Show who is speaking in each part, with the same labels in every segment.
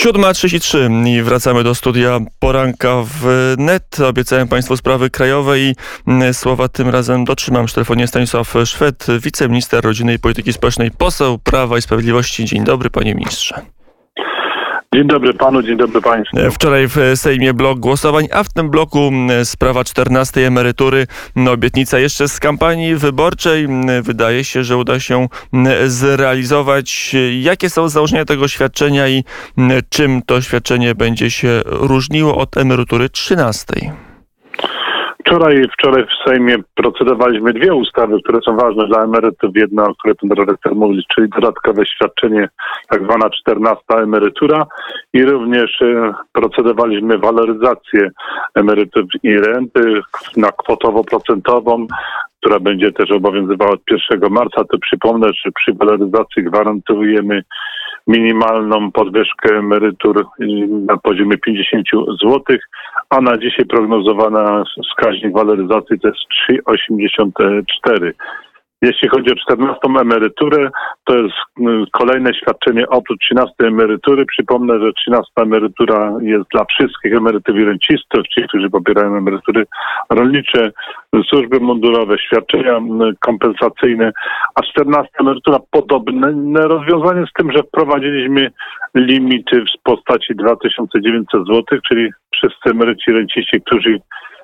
Speaker 1: 7:33 i wracamy do studia Poranka w NET. Obiecałem Państwu sprawy krajowe i słowa tym razem dotrzymam. W telefonie Stanisław Szwed, wiceminister rodziny i polityki społecznej, poseł Prawa i Sprawiedliwości. Dzień dobry, panie ministrze.
Speaker 2: Dzień dobry panu, dzień dobry państwu.
Speaker 1: Wczoraj w Sejmie blok głosowań, a w tym bloku sprawa 14. emerytury. Obietnica jeszcze z kampanii wyborczej. Wydaje się, że uda się zrealizować. Jakie są założenia tego świadczenia i czym to świadczenie będzie się różniło od emerytury 13.
Speaker 2: Wczoraj w Sejmie procedowaliśmy dwie ustawy, które są ważne dla emerytów. Jedna, o której pan redaktor mówił, czyli dodatkowe świadczenie, tak zwana 14. emerytura, i również procedowaliśmy waloryzację emerytur i renty na kwotowo-procentową, która będzie też obowiązywała od 1 marca. To przypomnę, że przy waloryzacji gwarantujemy minimalną podwyżkę emerytur na poziomie 50 zł, a na dzisiaj prognozowana wskaźnik waloryzacji to jest 3,84. Jeśli chodzi o 14. emeryturę, to jest kolejne świadczenie oprócz 13. emerytury. Przypomnę, że 13. emerytura jest dla wszystkich emerytów i rencistów, ci, którzy pobierają emerytury rolnicze, służby mundurowe, świadczenia kompensacyjne, a 14. emerytura podobne rozwiązanie, z tym, że wprowadziliśmy limity w postaci 2900 zł, czyli wszyscy emeryci i renciści, którzy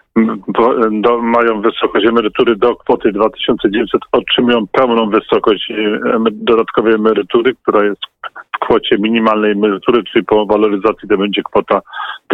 Speaker 2: mają wysokość emerytury do kwoty 2900, otrzymują pełną wysokość dodatkowej emerytury, która jest w kwocie minimalnej emerytury, czyli po waloryzacji to będzie kwota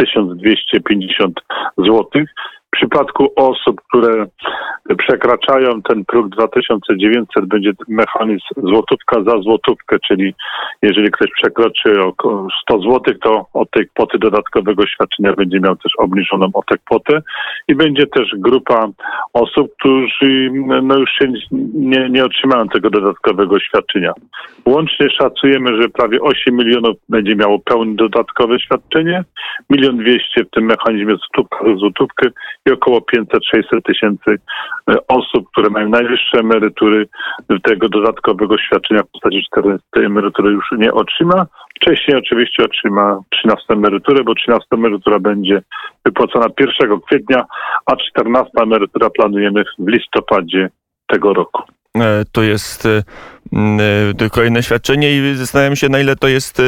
Speaker 2: 1250 zł. W przypadku osób, które przekraczają ten próg 2900, będzie mechanizm złotówka za złotówkę, czyli jeżeli ktoś przekroczy około 100 zł, to od tej kwoty dodatkowego świadczenia będzie miał też obniżoną o tę kwotę i będzie też grupa osób, którzy już się nie otrzymają tego dodatkowego świadczenia. Łącznie szacujemy, że prawie 8 milionów będzie miało pełne dodatkowe świadczenie, 1 200 000 w tym mechanizmie złotówka za złotówkę i około 500-600 tysięcy osób, które mają najwyższe emerytury, tego dodatkowego świadczenia w postaci 14 emerytury już nie otrzyma. Wcześniej oczywiście otrzyma 13 emeryturę, bo 13 emerytura będzie wypłacona 1 kwietnia, a 14 emerytura planujemy w listopadzie tego roku.
Speaker 1: To jest kolejne świadczenie i zastanawiam się, na ile to jest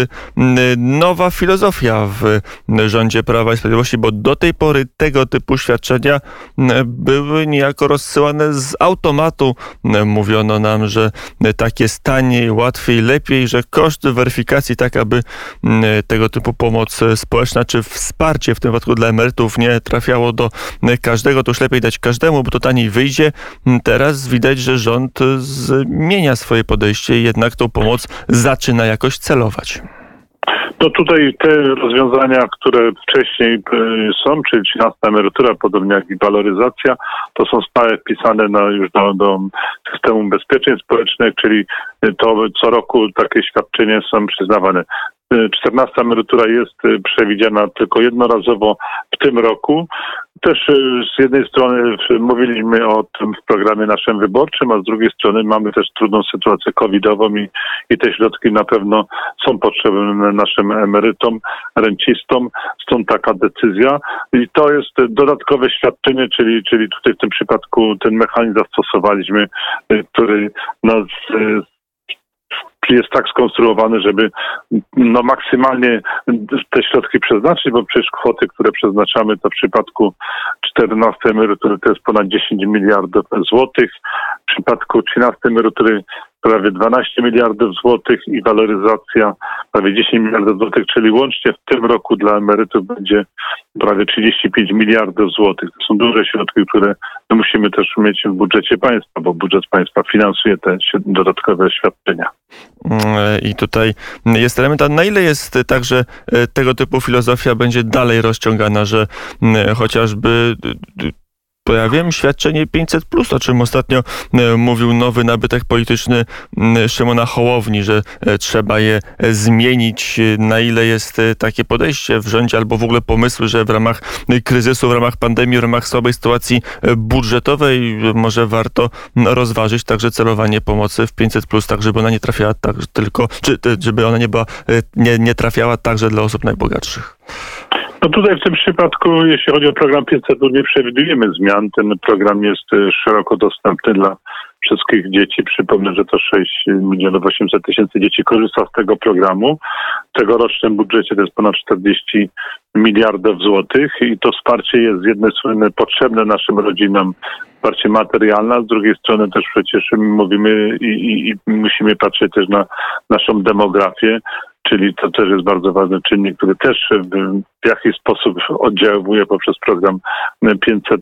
Speaker 1: nowa filozofia w rządzie Prawa i Sprawiedliwości, bo do tej pory tego typu świadczenia były niejako rozsyłane z automatu. Mówiono nam, że tak jest taniej, łatwiej, lepiej, że koszt weryfikacji tak, aby tego typu pomoc społeczna czy wsparcie w tym wypadku dla emerytów nie trafiało do każdego, to już lepiej dać każdemu, bo to taniej wyjdzie. Teraz widać, że rząd zmienia swoje podejście i jednak tą pomoc zaczyna jakoś celować.
Speaker 2: No tutaj te rozwiązania, które wcześniej są, czyli 13 emerytura, podobnie jak i waloryzacja, to są stałe wpisane już do systemu ubezpieczeń społecznych, czyli to co roku takie świadczenia są przyznawane. 14 emerytura jest przewidziana tylko jednorazowo w tym roku. Też z jednej strony mówiliśmy o tym w programie naszym wyborczym, a z drugiej strony mamy też trudną sytuację covidową i te środki na pewno są potrzebne naszym emerytom, rencistom. Stąd taka decyzja. I to jest dodatkowe świadczenie, czyli tutaj w tym przypadku ten mechanizm zastosowaliśmy, który jest tak skonstruowany, żeby maksymalnie te środki przeznaczyć, bo przecież kwoty, które przeznaczamy, to w przypadku 14 emerytury to jest ponad 10 miliardów złotych, w przypadku 13 emerytury prawie 12 miliardów złotych i waloryzacja prawie 10 miliardów złotych, czyli łącznie w tym roku dla emerytów będzie prawie 35 miliardów złotych. To są duże środki, które my musimy też mieć w budżecie państwa, bo budżet państwa finansuje te dodatkowe świadczenia.
Speaker 1: I tutaj jest element, a na ile jest tak, że tego typu filozofia będzie dalej rozciągana, że chociażby pojawiem, świadczenie 500+, o czym ostatnio mówił nowy nabytek polityczny Szymona Hołowni, że trzeba je zmienić. Na ile jest takie podejście w rządzie albo w ogóle pomysły, że w ramach kryzysu, w ramach pandemii, w ramach słabej sytuacji budżetowej może warto rozważyć także celowanie pomocy w 500+, tak żeby ona nie trafiała tak tylko, czy żeby ona nie trafiała także dla osób najbogatszych.
Speaker 2: No tutaj w tym przypadku, jeśli chodzi o program 500+, nie przewidujemy zmian. Ten program jest szeroko dostępny dla wszystkich dzieci. Przypomnę, że to 6 800 000 dzieci korzysta z tego programu. W tegorocznym budżecie to jest ponad 40 miliardów złotych i to wsparcie jest z jednej strony potrzebne naszym rodzinom, wsparcie materialne, a z drugiej strony też przecież mówimy i musimy patrzeć też na naszą demografię. Czyli to też jest bardzo ważny czynnik, który też w jakiś sposób oddziałuje poprzez program 500+.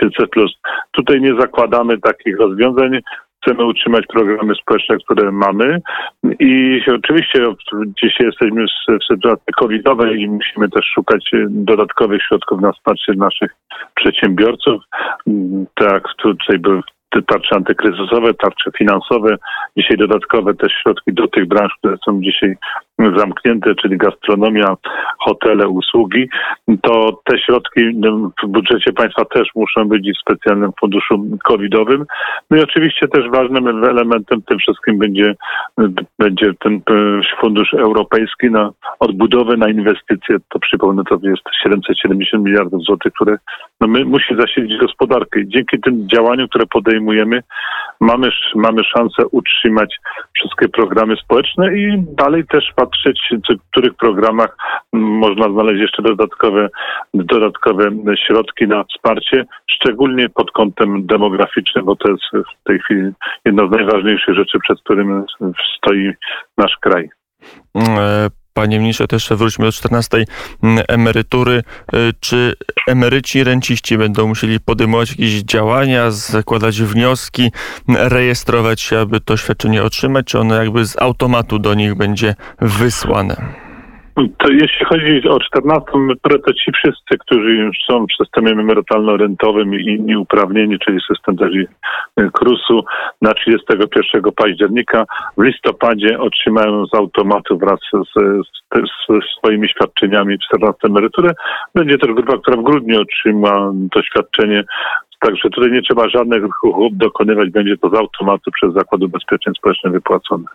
Speaker 2: Tutaj nie zakładamy takich rozwiązań. Chcemy utrzymać programy społeczne, które mamy i oczywiście dzisiaj jesteśmy w sytuacji covidowej i musimy też szukać dodatkowych środków na wsparcie naszych przedsiębiorców. Tak, tutaj były tarcze antykryzysowe, tarcze finansowe, dzisiaj dodatkowe też środki do tych branż, które są dzisiaj zamknięte, czyli gastronomia, hotele, usługi, to te środki w budżecie państwa też muszą być w specjalnym funduszu covidowym. No i oczywiście też ważnym elementem w tym wszystkim będzie ten fundusz europejski na odbudowę, na inwestycje. To przypomnę, to jest 770 miliardów złotych, które musi zasilić gospodarkę. I dzięki tym działaniom, które podejmujemy, mamy szansę utrzymać wszystkie programy społeczne i dalej też patrzeć, w których programach można znaleźć jeszcze dodatkowe środki na wsparcie, szczególnie pod kątem demograficznym, bo to jest w tej chwili jedna z najważniejszych rzeczy, przed którym stoi nasz kraj.
Speaker 1: Panie ministrze, też wróćmy do 14. emerytury. Czy emeryci i renciści będą musieli podejmować jakieś działania, zakładać wnioski, rejestrować się, aby to świadczenie otrzymać, czy ono jakby z automatu do nich będzie wysłane?
Speaker 2: To jeśli chodzi o 14 emeryturę, to ci wszyscy, którzy już są w systemie emerytalno-rentowym i inni uprawnieni, czyli system też KRUS-u, na 31 października w listopadzie otrzymają z automatu wraz ze swoimi świadczeniami 14 emeryturę. Będzie też grupa, która w grudniu otrzyma to świadczenie. Także tutaj nie trzeba żadnych ruchów dokonywać, będzie to z automatu przez Zakład Ubezpieczeń Społecznych wypłacone.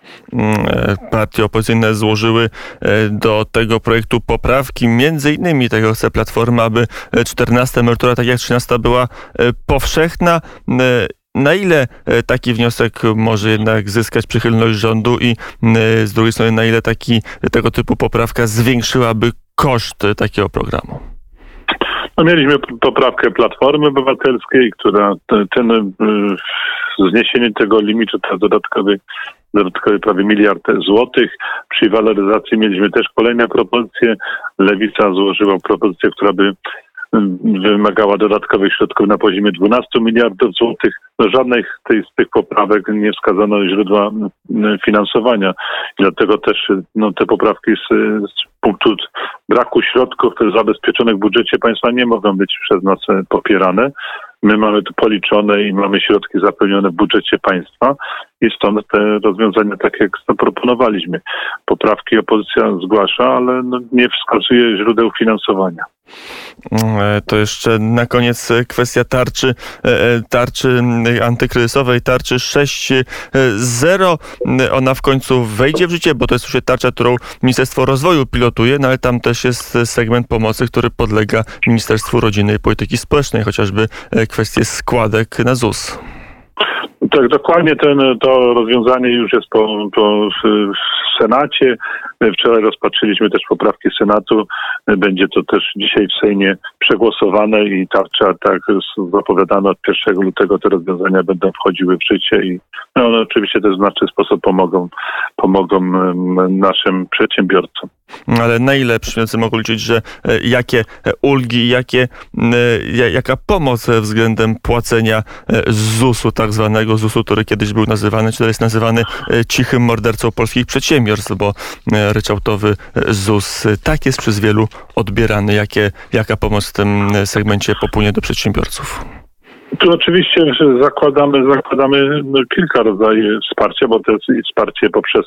Speaker 1: Partie opozycyjne złożyły do tego projektu poprawki, między innymi tego chce Platforma, aby 14 emerytura, tak jak 13 była powszechna. Na ile taki wniosek może jednak zyskać przychylność rządu i z drugiej strony na ile tego typu poprawka zwiększyłaby koszt takiego programu?
Speaker 2: No, mieliśmy poprawkę Platformy Obywatelskiej, która zniesienie tego limitu to dodatkowy prawie 1 miliard złotych. Przy waloryzacji mieliśmy też kolejne propozycje. Lewica złożyła propozycję, która by wymagała dodatkowych środków na poziomie 12 miliardów złotych. No, żadnych z tych poprawek nie wskazano źródła finansowania. I dlatego też te poprawki z punktu braku środków zabezpieczonych w budżecie państwa nie mogą być przez nas popierane. My mamy to policzone i mamy środki zapewnione w budżecie państwa i stąd te rozwiązania takie, jak proponowaliśmy. Poprawki opozycja zgłasza, ale nie wskazuje źródeł finansowania.
Speaker 1: To jeszcze na koniec kwestia tarczy antykryzysowej, tarczy 6.0. Ona w końcu wejdzie w życie, bo to jest już tarcza, którą Ministerstwo Rozwoju pilotuje, no ale tam też jest segment pomocy, który podlega Ministerstwu Rodziny i Polityki Społecznej, chociażby kwestie składek na ZUS.
Speaker 2: Tak, dokładnie to rozwiązanie już jest w Senacie. Wczoraj rozpatrzyliśmy też poprawki Senatu. Będzie to też dzisiaj w Sejmie przegłosowane i tarcza, tak zapowiadano, od 1 lutego te rozwiązania będą wchodziły w życie i one oczywiście też w znaczny sposób pomogą naszym przedsiębiorcom.
Speaker 1: Ale na ile przedsiębiorcy mogą liczyć, że jakie ulgi, jaka pomoc względem płacenia ZUS-u, tak zwanego ZUS-u, który kiedyś był nazywany, czy to jest nazywany cichym mordercą polskich przedsiębiorstw, bo ryczałtowy ZUS tak jest przez wielu odbierany. Jaka pomoc w tym segmencie popłynie do przedsiębiorców?
Speaker 2: Tu oczywiście zakładamy kilka rodzajów wsparcia, bo to jest i wsparcie poprzez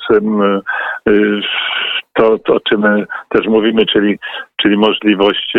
Speaker 2: to, o czym też mówimy, czyli możliwość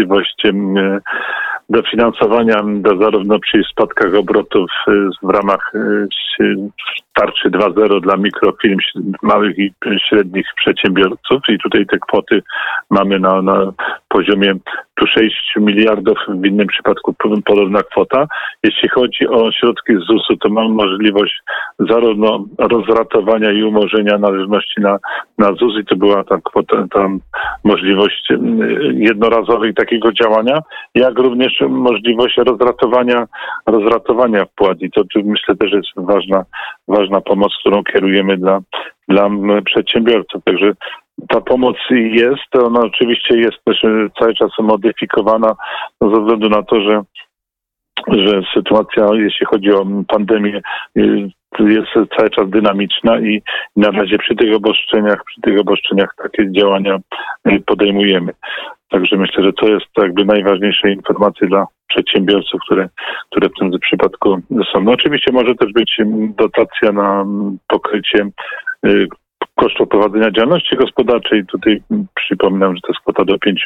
Speaker 2: dofinansowania zarówno przy spadkach obrotów w ramach tarczy 2.0 dla mikrofirm, małych i średnich przedsiębiorców i tutaj te kwoty mamy na poziomie tu 6 miliardów, w innym przypadku podobna kwota. Jeśli chodzi o środki z ZUS-u, to mamy możliwość zarówno rozratowania i umorzenia należności na ZUS i to była ta kwota, ta możliwość jednorazowej takiego działania, jak również możliwość rozratowania wpłat i to myślę też jest ważna pomoc, którą kierujemy dla przedsiębiorców. Także ta pomoc jest, ona oczywiście jest też cały czas modyfikowana ze względu na to, że sytuacja, jeśli chodzi o pandemię, jest cały czas dynamiczna i na razie przy tych obostrzeniach takie działania podejmujemy. Także myślę, że to jest jakby najważniejsze informacje dla przedsiębiorców, które w tym przypadku są. No oczywiście może też być dotacja na pokrycie kosztów prowadzenia działalności gospodarczej. Tutaj przypominam, że to jest kwota do 5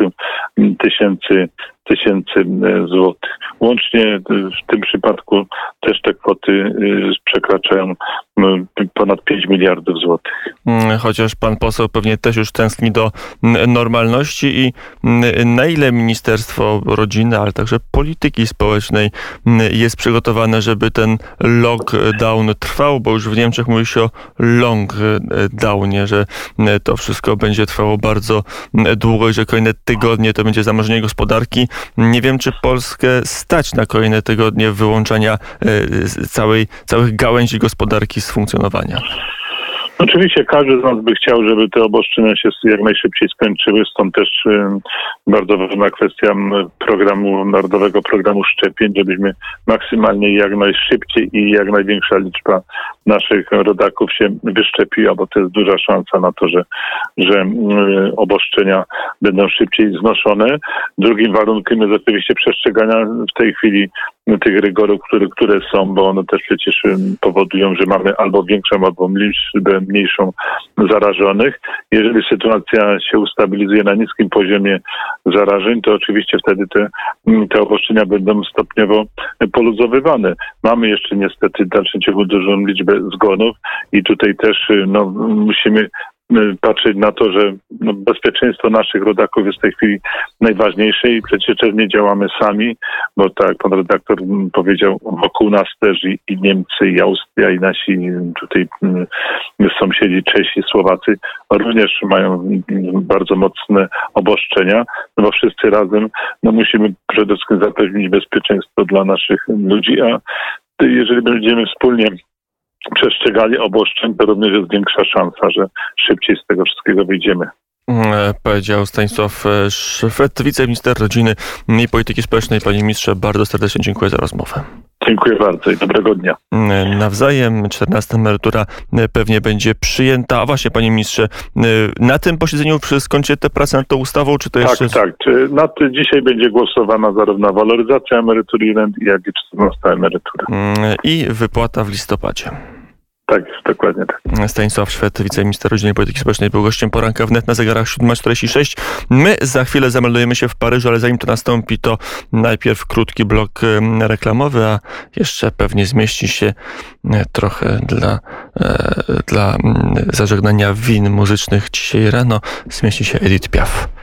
Speaker 2: tysięcy złotych. Łącznie w tym przypadku też te kwoty przekraczają ponad 5 miliardów złotych.
Speaker 1: Chociaż pan poseł pewnie też już tęskni do normalności i na ile Ministerstwo Rodziny, ale także Polityki Społecznej jest przygotowane, żeby ten lockdown trwał, bo już w Niemczech mówi się o lockdownie, że to wszystko będzie trwało bardzo długo i że kolejne tygodnie to będzie zamożenie gospodarki. Nie wiem, czy Polskę stać na kolejne tygodnie wyłączania całych gałęzi gospodarki z funkcjonowania.
Speaker 2: Oczywiście każdy z nas by chciał, żeby te obostrzenia się jak najszybciej skończyły, stąd też bardzo ważna kwestia Narodowego Programu Szczepień, żebyśmy maksymalnie jak najszybciej i jak największa liczba naszych rodaków się wyszczepiła, bo to jest duża szansa na to, że obostrzenia będą szybciej znoszone. Drugim warunkiem jest oczywiście przestrzegania w tej chwili tych rygorów, które są, bo one też przecież powodują, że mamy albo większą, albo mniejszą zarażonych. Jeżeli sytuacja się ustabilizuje na niskim poziomie zarażeń, to oczywiście wtedy te obostrzenia będą stopniowo poluzowywane. Mamy jeszcze niestety w dalszym ciągu dużą liczbę zgonów i tutaj też musimy patrzeć na to, że bezpieczeństwo naszych rodaków jest w tej chwili najważniejsze i przecież też nie działamy sami, bo tak jak pan redaktor powiedział, wokół nas też i Niemcy, i Austria, i nasi tutaj sąsiedzi Czesi, Słowacy również mają bardzo mocne obostrzenia, bo wszyscy razem musimy przede wszystkim zapewnić bezpieczeństwo dla naszych ludzi, a jeżeli będziemy wspólnie przestrzegali obostrzeń, to również jest większa szansa, że szybciej z tego wszystkiego wyjdziemy.
Speaker 1: Powiedział Stanisław Szwed, wiceminister rodziny i polityki społecznej. Panie ministrze, bardzo serdecznie dziękuję za rozmowę.
Speaker 2: Dziękuję bardzo i dobrego dnia.
Speaker 1: Nawzajem 14. emerytura pewnie będzie przyjęta. A właśnie, panie ministrze, na tym posiedzeniu skończy tę pracę nad tą ustawą, czy to jeszcze...
Speaker 2: Tak. Dzisiaj będzie głosowana zarówno waloryzacja emerytury i rent, jak i 14. emerytura.
Speaker 1: I wypłata w listopadzie.
Speaker 2: Tak, dokładnie tak.
Speaker 1: Stanisław Szwed, wiceminister rodziny i polityki społecznej, był gościem poranka wnet na zegarach 7:46. My za chwilę zameldujemy się w Paryżu, ale zanim to nastąpi, to najpierw krótki blok reklamowy, a jeszcze pewnie zmieści się trochę dla zażegnania win muzycznych dzisiaj rano. Zmieści się Edith Piaf.